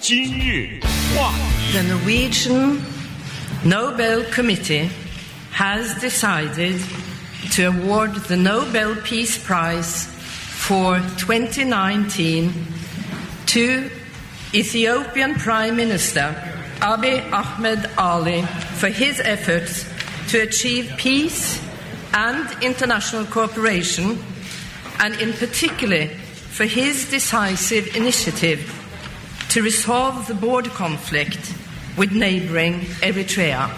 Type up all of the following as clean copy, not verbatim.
今日话题。 The Norwegian Nobel Committee has decided to award the Nobel Peace Prize for 2019 to Ethiopian Prime Minister Abiy Ahmed Ali for his efforts to achieve peace and international cooperation, and in particular for his decisive initiative to resolve the border conflict with neighboring Eritrea.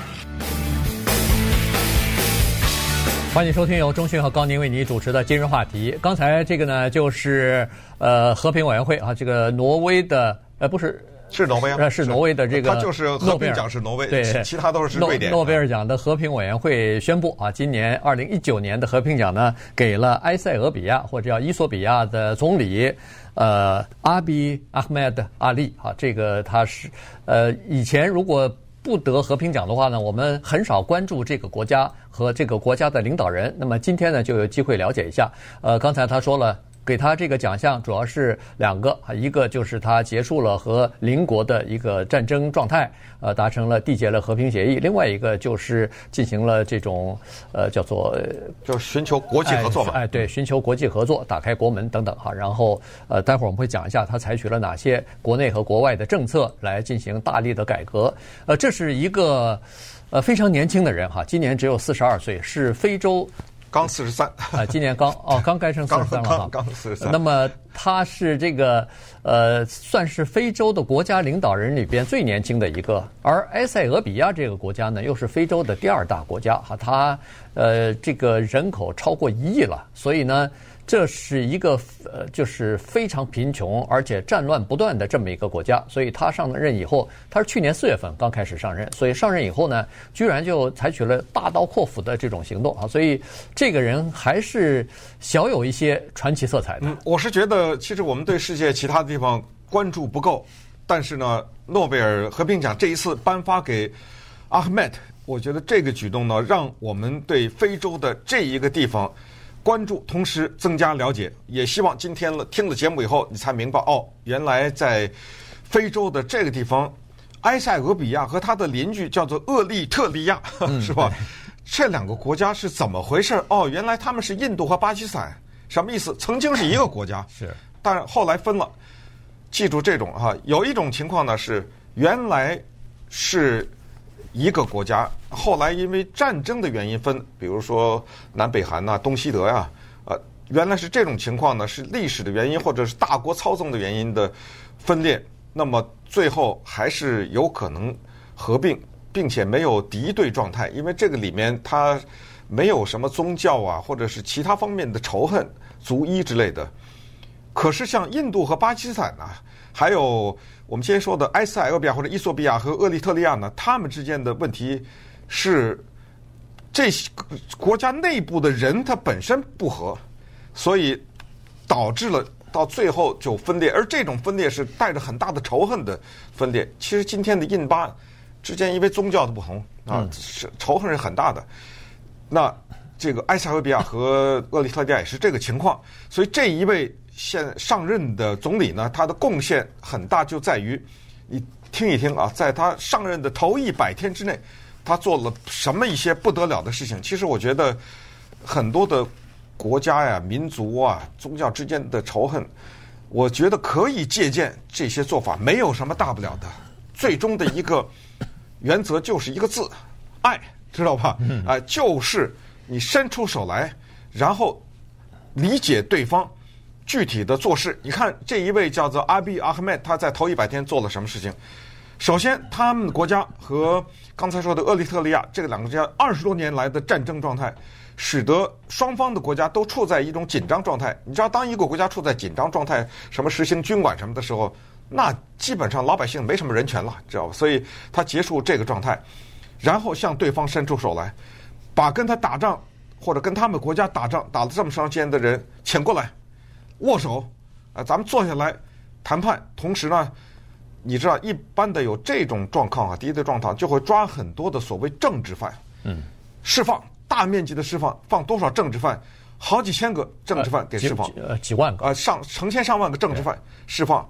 欢迎收听由钟迅和高宁为你主持的今日话题。刚才这个呢，就是和平委员会啊，这个挪威的不是。 是挪威啊， 是挪威的这个， 他就是和平奖是挪威， 对， 其他都是瑞典。 诺贝尔奖的和平委员会宣布啊，今年2019年的和平奖呢，给了埃塞俄比亚或者叫伊索比亚的总理阿比阿赫迈德阿利啊，这个他是以前如果不得和平奖的话呢，我们很少关注这个国家和这个国家的领导人。那么今天呢，就有机会了解一下。刚才他说了。给他这个奖项主要是两个，一个就是他结束了和邻国的一个战争状态，达成了缔结了和平协议；另外一个就是进行了这种叫做就寻求国际合作嘛， 对，寻求国际合作，打开国门等等哈。然后待会儿我们会讲一下他采取了哪些国内和国外的政策来进行大力的改革。这是一个非常年轻的人哈，今年只有42岁，是非洲。 刚43 啊，今年刚该升43了， 刚43。 那么他是这个算是非洲的国家领导人里边最年轻的一个，而埃塞俄比亚这个国家呢，又是非洲的第2大国家哈，它这个人口超过1亿了，所以呢。这是一个就是非常贫穷而且战乱不断的这么一个国家，所以他上任以后，他是去年4月份刚开始上任，所以上任以后呢，居然就采取了大刀阔斧的这种行动啊，所以这个人还是小有一些传奇色彩的。 我是觉得，其实我们对世界其他地方关注不够，但是呢，诺贝尔和平奖这一次颁发给阿赫迈德，我觉得这个举动呢，让我们对非洲的这一个地方。关注，同时增加了解，也希望今天听了节目以后，你才明白原来在非洲的这个地方，埃塞俄比亚和它的邻居叫做厄立特利亚，是吧？这两个国家是怎么回事？原来他们是印度和巴基斯坦，什么意思？曾经是一个国家， 是， 但是后来分了。记住这种有一种情况呢是原来是。一个国家后来因为战争的原因分，比如说南北韩东西德呀，原来是这种情况呢，是历史的原因或者是大国操纵的原因的分裂，那么最后还是有可能合并，并且没有敌对状态，因为这个里面它没有什么宗教或者是其他方面的仇恨、族裔之类的。可是像印度和巴基斯坦还有我们今天说的埃塞俄比亚或者伊索比亚和厄立特利亚呢，他们之间的问题是这些国家内部的人他本身不和，所以导致了到最后就分裂，而这种分裂是带着很大的仇恨的分裂。其实今天的印巴之间因为宗教的不同仇恨是很大的。那这个埃塞俄比亚和厄立特利亚也是这个情况，所以这一位现上任的总理呢，他的贡献很大，就在于你听一听在他上任的头100天之内，他做了什么一些不得了的事情。其实我觉得很多的国家民族宗教之间的仇恨，我觉得可以借鉴这些做法，没有什么大不了的。最终的一个原则就是一个字，爱，知道吧？就是你伸出手来，然后理解对方。具体的做事，你看这一位叫做阿比阿赫迈，他在头100天做了什么事情？首先，他们国家和刚才说的厄立特利亚这个两个国家20多年来的战争状态，使得双方的国家都处在一种紧张状态。你知道，当一个国家处在紧张状态，什么实行军管什么的时候，那基本上老百姓没什么人权了，知道吧？所以他结束这个状态，然后向对方伸出手来，把跟他打仗或者跟他们国家打仗打了这么长时间的人请过来。握手，咱们坐下来谈判。同时呢，你知道一般的有这种状况敌对状况，就会抓很多的所谓政治犯，释放大面积的释放，放多少政治犯？好几千个政治犯给释放， 几万个成千上万个政治犯释放，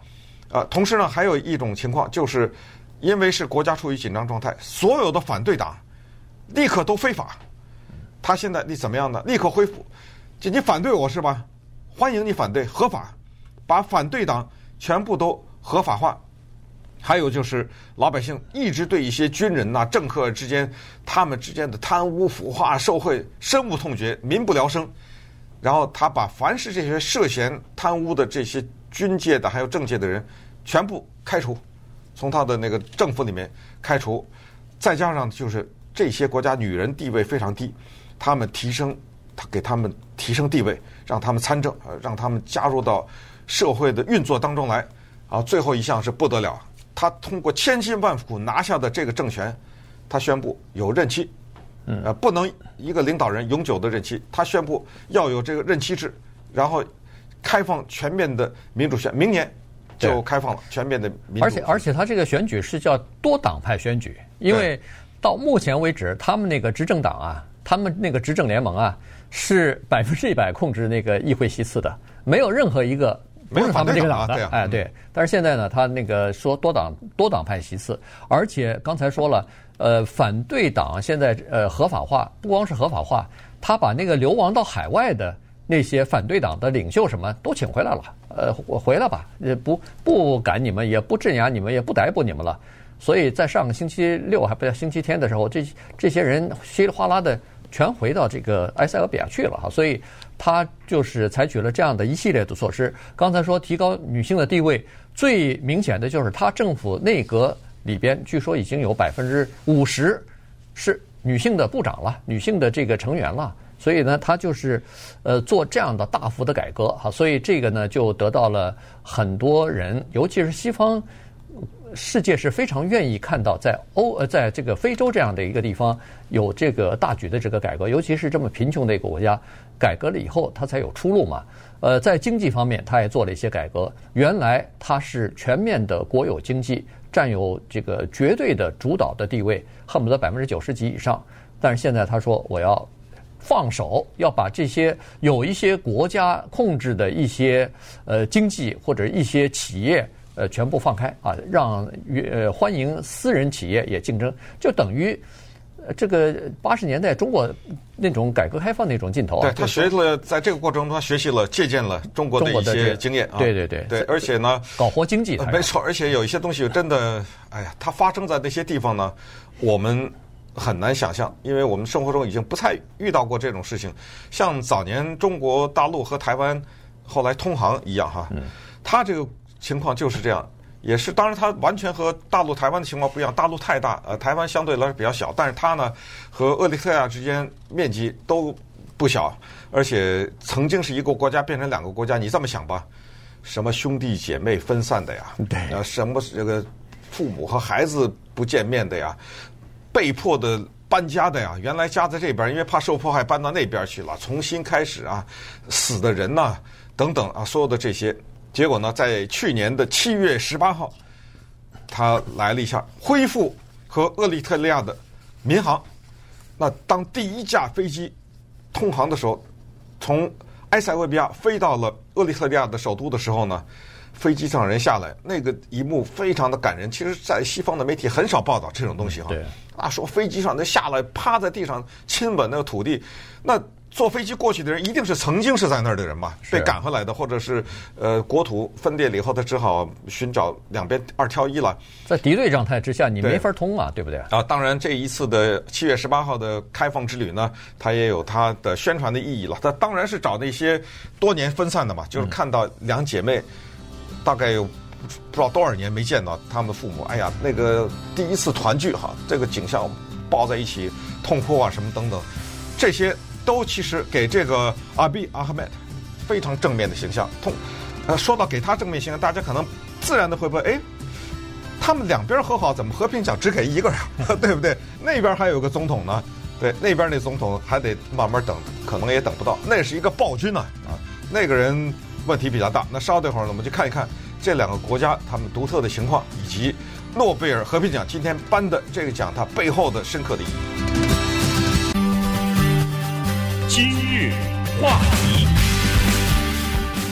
同时呢，还有一种情况，就是因为是国家处于紧张状态，所有的反对党立刻都非法。他现在你怎么样呢？立刻恢复，就你反对我是吧？欢迎你反对，合法，把反对党全部都合法化。还有就是老百姓一直对一些军人呐、政客之间他们之间的贪污腐化受贿深恶痛绝，民不聊生。然后他把凡是这些涉嫌贪污的这些军界的还有政界的人全部开除，从他的那个政府里面开除。再加上就是这些国家女人地位非常低，他给他们提升地位，让他们参政，让他们加入到社会的运作当中来。最后一项是不得了，他通过千辛万苦拿下的这个政权，他宣布有任期。不能一个领导人永久的任期，他宣布要有这个任期制，然后开放全面的民主选，明年就开放了全面的民主。 而且他这个选举是叫多党派选举，因为到目前为止，他们那个执政党啊，他们那个执政联盟啊，是100%控制那个议会席次的，没有任何一个不是他们这个党的。对。但是现在呢，他那个说多党派席次，而且刚才说了。反对党现在合法化，不光是合法化，他把那个流亡到海外的那些反对党的领袖什么都请回来了。回来吧，不赶你们，也不镇压你们，也不逮捕你们了。所以在上个星期六还不叫星期天的时候，这些人稀里哗啦的全回到这个埃塞俄比亚去了哈。所以他就是采取了这样的一系列的措施。刚才说提高女性的地位，最明显的就是他政府内阁里边据说已经有50%是女性的部长了，女性的这个成员了，所以呢，他就是做这样的大幅的改革哈，所以这个呢就得到了很多人，尤其是西方世界是非常愿意看到在这个非洲这样的一个地方有这个大举的这个改革，尤其是这么贫穷的一个国家，改革了以后它才有出路嘛。在经济方面，他也做了一些改革。原来它是全面的国有经济，占有这个绝对的主导的地位，恨不得90%及以上。但是现在他说我要放手，要把这些有一些国家控制的一些经济或者一些企业全部放开啊，让欢迎私人企业也竞争，就等于这个80年代中国那种改革开放那种劲头啊。 对，他学了，在这个过程中他学习了借鉴了中国的一些经验啊。 对， 而且呢， 搞活经济没错，而且有一些东西真的，哎呀，它发生在那些地方呢，我们很难想象，因为我们生活中已经不太遇到过这种事情。像早年中国大陆和台湾后来通航一样哈，他这个情况就是这样。也是，当然它完全和大陆台湾的情况不一样，大陆太大，台湾相对来说比较小，但是它呢和厄立特亚之间面积都不小，而且曾经是一个国家变成2个国家，你这么想吧，什么兄弟姐妹分散的呀， 对， 什么这个父母和孩子不见面的呀，被迫的搬家的呀，原来家在这边，因为怕受迫害搬到那边去了，重新开始啊，死的人呐等等啊，所有的这些。结果呢，在去年的7月18号，他来了一下，恢复和厄立特利亚的民航。那当第一架飞机通航的时候，从埃塞俄比亚飞到了厄立特利亚的首都的时候呢，飞机上人下来，那个一幕非常的感人。其实，在西方的媒体很少报道这种东西哈。 对啊，说飞机上人下来，趴在地上亲吻那个土地，那。坐飞机过去的人一定是曾经是在那儿的人嘛，被赶回来的，或者是国土分裂了以后，他只好寻找两边2挑1了。 在敌对状态之下，你没法通啊，对不对？ 啊，当然这一次的7月18号的开放之旅呢，它也有它的宣传的意义了。它当然是找那些多年分散的嘛，就是看到2姐妹，大概有不知道多少年没见到他们的父母，哎呀，那个第一次团聚哈，这个景象抱在一起痛哭啊什么等等，这些。都其实给这个阿比阿哈迈德非常正面的形象。说到给他正面形象，大家可能自然的会问：哎，他们两边和好，怎么和平奖只给一个呀？对不对？那边还有个总统呢，对，那边那总统还得慢慢等，可能也等不到。那是一个暴君啊，那个人问题比较大。那稍等会儿呢，我们就看一看这2个国家他们独特的情况，以及诺贝尔和平奖今天颁的这个奖它背后的深刻的意义。 今日话题，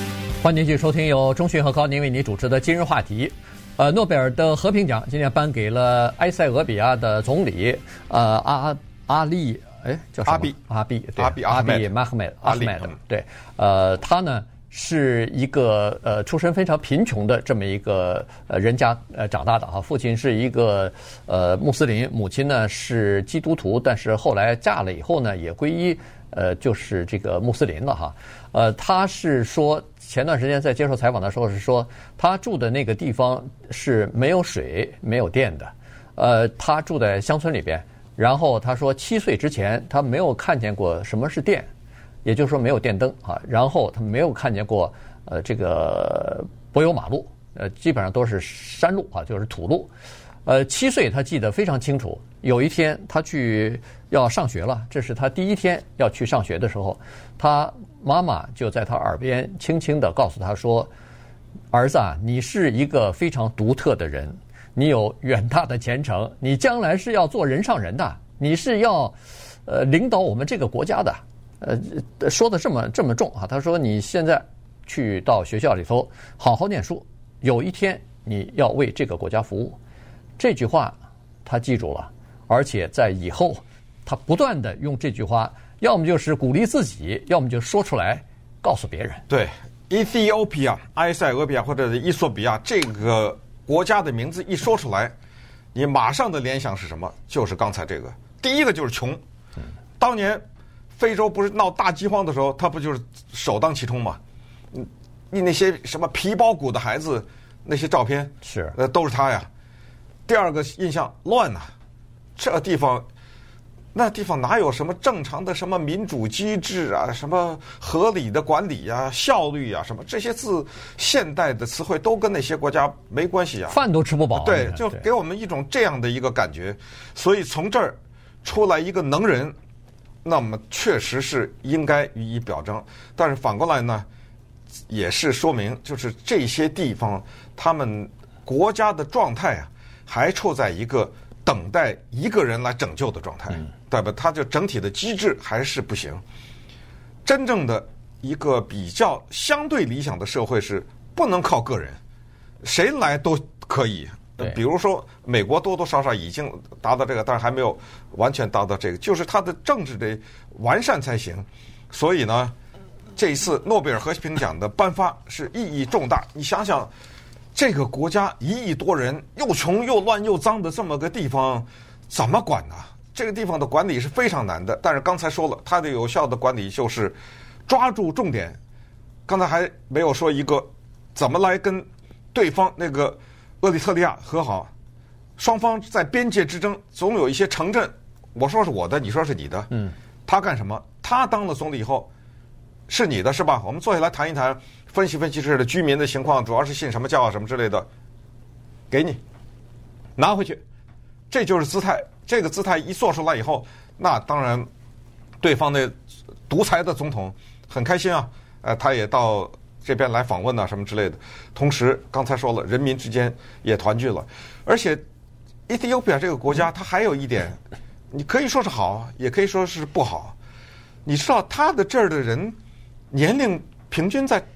欢迎继续收听由钟迅和高宁为你主持的今日话题。诺贝尔的和平奖今天颁给了埃塞俄比亚的总理阿利，叫什么？阿比马赫梅德。对，他呢是一个出身非常贫穷的这么一个人家长大的哈，父亲是一个穆斯林，母亲呢是基督徒，但是后来嫁了以后呢也皈依就是这个穆斯林了哈。他是说前段时间在接受采访的时候是说，他住的那个地方是没有水没有电的，他住在乡村里边，然后他说7岁之前他没有看见过什么是电。也就是说没有电灯啊，然后他没有看见过这个柏油马路，基本上都是山路啊，就是土路。7岁他记得非常清楚，有一天他要上学了，这是他第一天要去上学的时候，他妈妈就在他耳边轻轻地告诉他说：“儿子啊，你是一个非常独特的人，你有远大的前程，你将来是要做人上人的，你是要领导我们这个国家的。”说的这么重啊！他说：“你现在去到学校里头好好念书，有一天你要为这个国家服务。”这句话他记住了，而且在以后他不断的用这句话，要么就是鼓励自己，要么就说出来告诉别人。 对 ，Ethiopia 埃塞俄比亚或者伊索比亚这个国家的名字一说出来，你马上的联想是什么？就是刚才这个，第一个就是穷。当年非洲不是闹大饥荒的时候，他不就是首当其冲吗？你那些什么皮包骨的孩子，那些照片是都是他呀。第二个印象乱呐，这地方那地方哪有什么正常的什么民主机制啊，什么合理的管理啊，效率啊，什么这些字现代的词汇都跟那些国家没关系啊， 饭都吃不饱。 对，就给我们一种这样的一个感觉。所以从这儿出来一个能人，那么确实是应该予以表彰，但是反过来呢，也是说明就是这些地方他们国家的状态啊，还处在一个等待一个人来拯救的状态，对吧？它就整体的机制还是不行。真正的一个比较相对理想的社会是不能靠个人，谁来都可以。比如说美国多多少少已经达到这个，但是还没有完全达到这个，就是它的政治得完善才行。所以呢，这一次诺贝尔和平奖的颁发是意义重大。你想想，这个国家1亿多人，又穷又乱又脏的这么个地方，怎么管呢？这个地方的管理是非常难的。但是刚才说了，它的有效的管理就是抓住重点。刚才还没有说一个怎么来跟对方那个厄立特利亚和好，双方在边界之争，总有一些城镇，我说是我的，你说是你的。他干什么？他当了总理以后，是你的是吧？我们坐下来谈一谈，分析分析这的居民的情况，主要是信什么教啊什么之类的，给你拿回去，这就是姿态。这个姿态一做出来以后，那当然对方的独裁的总统很开心啊，他也到这边来访问啊什么之类的。同时刚才说了，人民之间也团聚了。而且 Ethiopia 这个国家它还有一点，你可以说是好，也可以说是不好。你知道他的这儿的人年龄平均在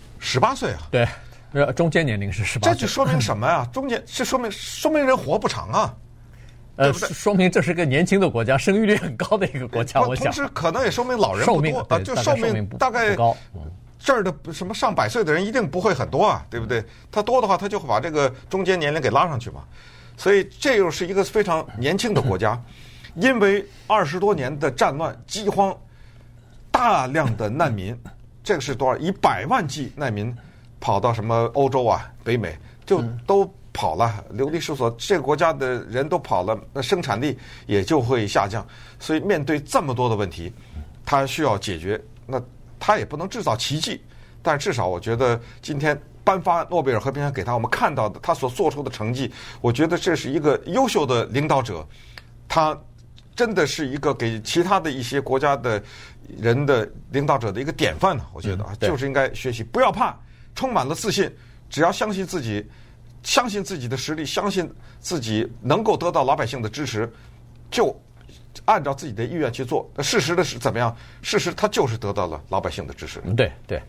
18岁啊。 对，中间年龄是18岁。 这就说明什么呀？中间是说明人活不长啊。 说明这是个年轻的国家，生育率很高的一个国家。我想， 同时可能也说明老人不多啊，就寿命大概高。 这儿的什么上100岁的人一定不会很多啊，对不对？他多的话，他就会把这个中间年龄给拉上去嘛。所以这又是一个非常年轻的国家，因为20多年的战乱、饥荒，大量的难民，这个是多少？100万计难民跑到什么欧洲啊、北美，就都跑了，流离失所，这个国家的人都跑了，那生产力也就会下降。所以面对这么多的问题，他需要解决。那他也不能制造奇迹，但至少我觉得今天颁发诺贝尔和平奖给他，我们看到的他所做出的成绩，我觉得这是一个优秀的领导者，他真的是一个给其他的一些国家的人的领导者的一个典范呢。我觉得就是应该学习，不要怕，充满了自信，只要相信自己。相信自己的实力，相信自己能够得到老百姓的支持，就按照自己的意愿去做。事实的是怎么样？事实他就是得到了老百姓的支持。 对对，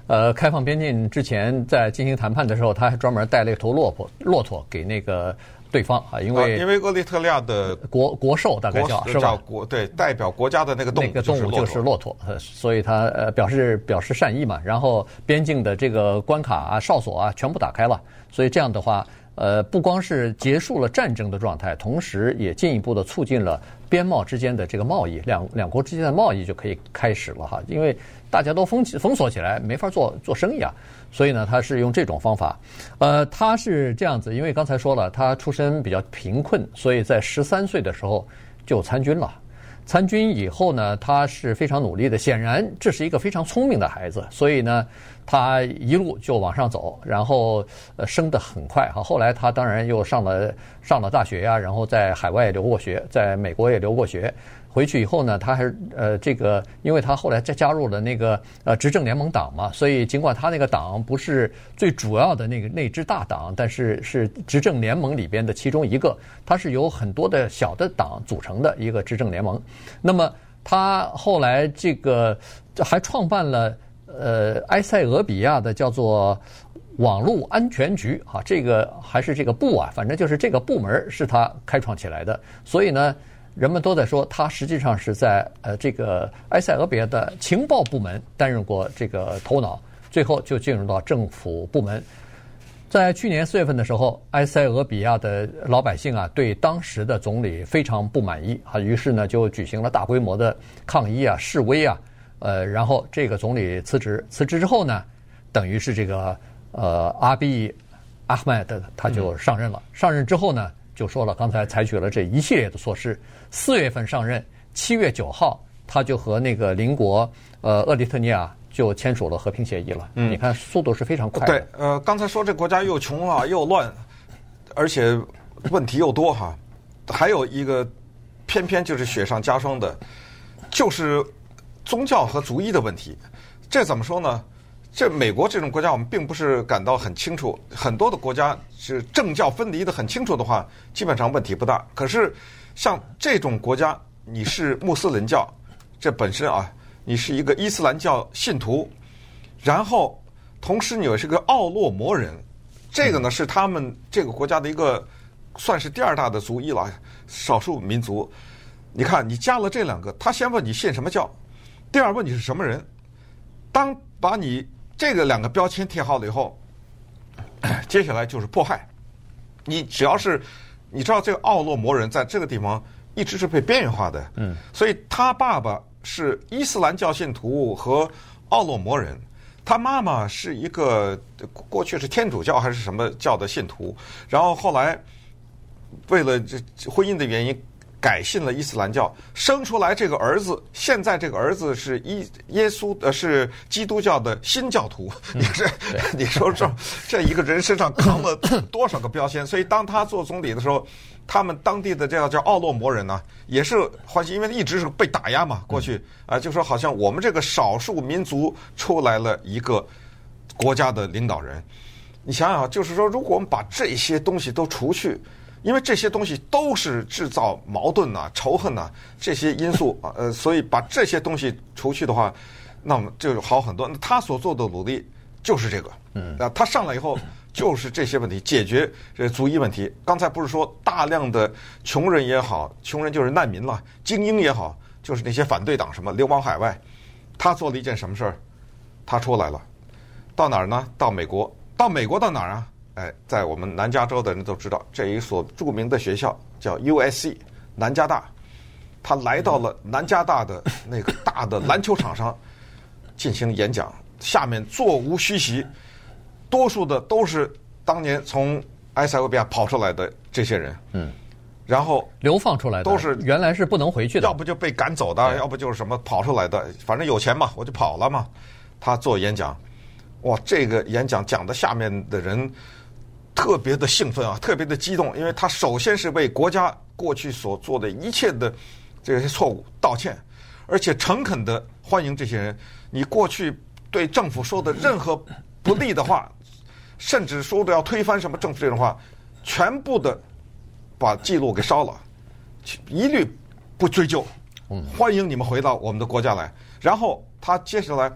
开放边境之前，在进行谈判的时候，他还专门带了一头骆驼给那个对方啊，因为厄立特里亚的国兽大概是吧？ 对，代表国家的那个动物就是骆驼，所以他表示善意嘛。然后边境的这个关卡啊、哨所啊全部打开了，所以这样的话，不光是结束了战争的状态，同时也进一步的促进了边贸之间的这个贸易，两国之间的贸易就可以开始了哈，因为大家都封锁起来，没法做生意啊。所以呢，他是用这种方法，他是这样子，因为刚才说了，他出身比较贫困，所以在13岁的时候就参军了。参军以后呢，他是非常努力的，显然这是一个非常聪明的孩子，所以呢，他一路就往上走，然后升得很快哈。后来他当然又上了大学呀，然后在海外也留过学，在美国也留过学。回去以后呢，他还因为他后来再加入了那个执政联盟党嘛，所以尽管他那个党不是最主要的那支大党，但是执政联盟里边的其中一个，它是由很多的小的党组成的一个执政联盟。那么他后来还创办了埃塞俄比亚的叫做网络安全局啊，这个还是这个部啊，反正就是这个部门是他开创起来的，所以呢。人们都在说，他实际上是在这个埃塞俄比亚的情报部门担任过这个头脑，最后就进入到政府部门。在去年4月份的时候，埃塞俄比亚的老百姓啊，对当时的总理非常不满意啊，于是呢就举行了大规模的抗议啊、示威啊，然后这个总理辞职之后呢，等于是这个阿比阿赫迈德他就上任了。上任之后呢，就说了，刚才采取了这一系列的措施。4月份上任，7月9号他就和那个邻国厄立特里亚就签署了和平协议了。你看速度是非常快的。 对，刚才说这国家又穷啊又乱，而且问题又多哈。还有一个偏偏就是雪上加霜的，就是宗教和族裔的问题。这怎么说呢？这美国这种国家，我们并不是感到很清楚。很多的国家是政教分离的很清楚的话，基本上问题不大。可是像这种国家，你是穆斯林教，这本身啊，你是一个伊斯兰教信徒，然后同时你又是个奥洛摩人，这个呢是他们这个国家的一个算是第二大的族裔了，少数民族。你看，你加了这两个，他先问你信什么教，第二问你是什么人。当把你这个两个标签贴好了以后，接下来就是迫害。你只要是你知道这个奥洛摩人在这个地方一直是被边缘化的，所以他爸爸是伊斯兰教信徒和奥洛摩人，他妈妈是一个过去是天主教还是什么教的信徒，然后后来为了这婚姻的原因改信了伊斯兰教，生出来这个儿子，现在这个儿子是是基督教的新教徒。你说这一个人身上扛了多少个标签？所以当他做总理的时候，他们当地的这个叫奥洛摩人呢，也是欢喜，因为一直是被打压嘛，过去啊，就说好像我们这个少数民族出来了一个国家的领导人。你想想，就是说，如果我们把这些东西都除去。因为这些东西都是制造矛盾呐、仇恨呐这些因素啊，所以把这些东西除去的话，那么就好很多。那他所做的努力就是这个，他上来以后就是这些问题，解决这族裔问题。刚才不是说大量的穷人也好，穷人就是难民了，精英也好，就是那些反对党什么流亡海外，他做了一件什么事儿？他出来了，到哪儿呢？到美国，到哪儿啊？在我们南加州的人都知道，这一所著名的学校叫 USC 南加大，他来到了南加大的那个大的篮球场上进行演讲，下面座无虚席，多数的都是当年从埃塞俄比亚跑出来的这些人，然后流放出来的， 都是原来是不能回去的， 要不就被赶走的，要不就是什么跑出来的，反正有钱嘛，我就跑了嘛。他做演讲，哇，这个演讲讲的下面的人特别的兴奋啊，特别的激动，因为他首先是为国家过去所做的一切的这些错误道歉，而且诚恳的欢迎这些人。你过去对政府说的任何不利的话，甚至说的要推翻什么政府这种话，全部的把记录给烧了，一律不追究。欢迎你们回到我们的国家来。然后他接下来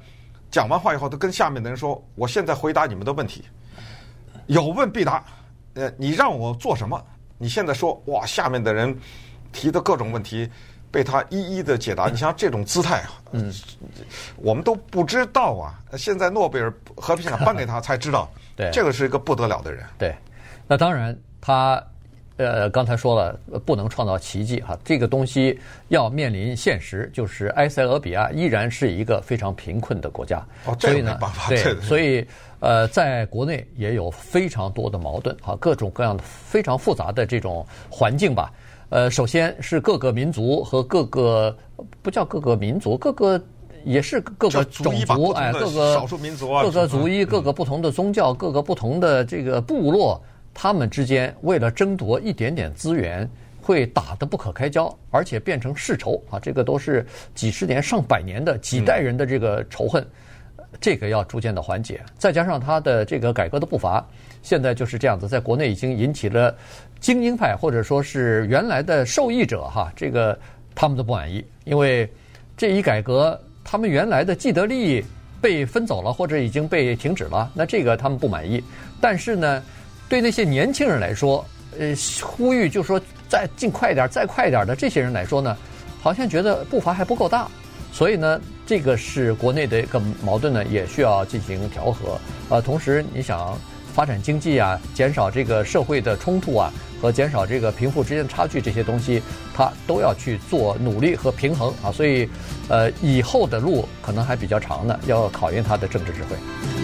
讲完话以后，他跟下面的人说：“我现在回答你们的问题，有问必答。你让我做什么？你现在说，哇，下面的人提的各种问题被他一一的解答。你像这种姿态啊，我们都不知道啊。现在诺贝尔和平奖颁给他才知道， 对， 这个是一个不得了的人。 对，那当然他。刚才说了，不能创造奇迹哈，这个东西要面临现实，就是埃塞俄比亚依然是一个非常贫困的国家， 所以呢， 对，所以在国内也有非常多的矛盾啊，各种各样的非常复杂的这种环境吧。首先是各个民族和各个不叫各个民族，也是各个种族，哎，各个少数民族啊， 各个族裔，各个不同的宗教，各个不同的这个部落。他们之间为了争夺一点点资源，会打得不可开交，而且变成世仇啊！这个都是几十年、上百年的几代人的这个仇恨，这个要逐渐的缓解。再加上他的这个改革的步伐，现在就是这样子，在国内已经引起了精英派或者说是原来的受益者哈，这个他们都不满意，因为这一改革，他们原来的既得利益被分走了，或者已经被停止了，那这个他们不满意。但是呢，对那些年轻人来说，呼吁就说再尽快一点、再快一点的这些人来说呢，好像觉得步伐还不够大，所以呢，这个是国内的一个矛盾呢，也需要进行调和。同时你想发展经济啊，减少这个社会的冲突啊，和减少这个贫富之间的差距这些东西，它都要去做努力和平衡啊。所以，以后的路可能还比较长呢，要考验他的政治智慧。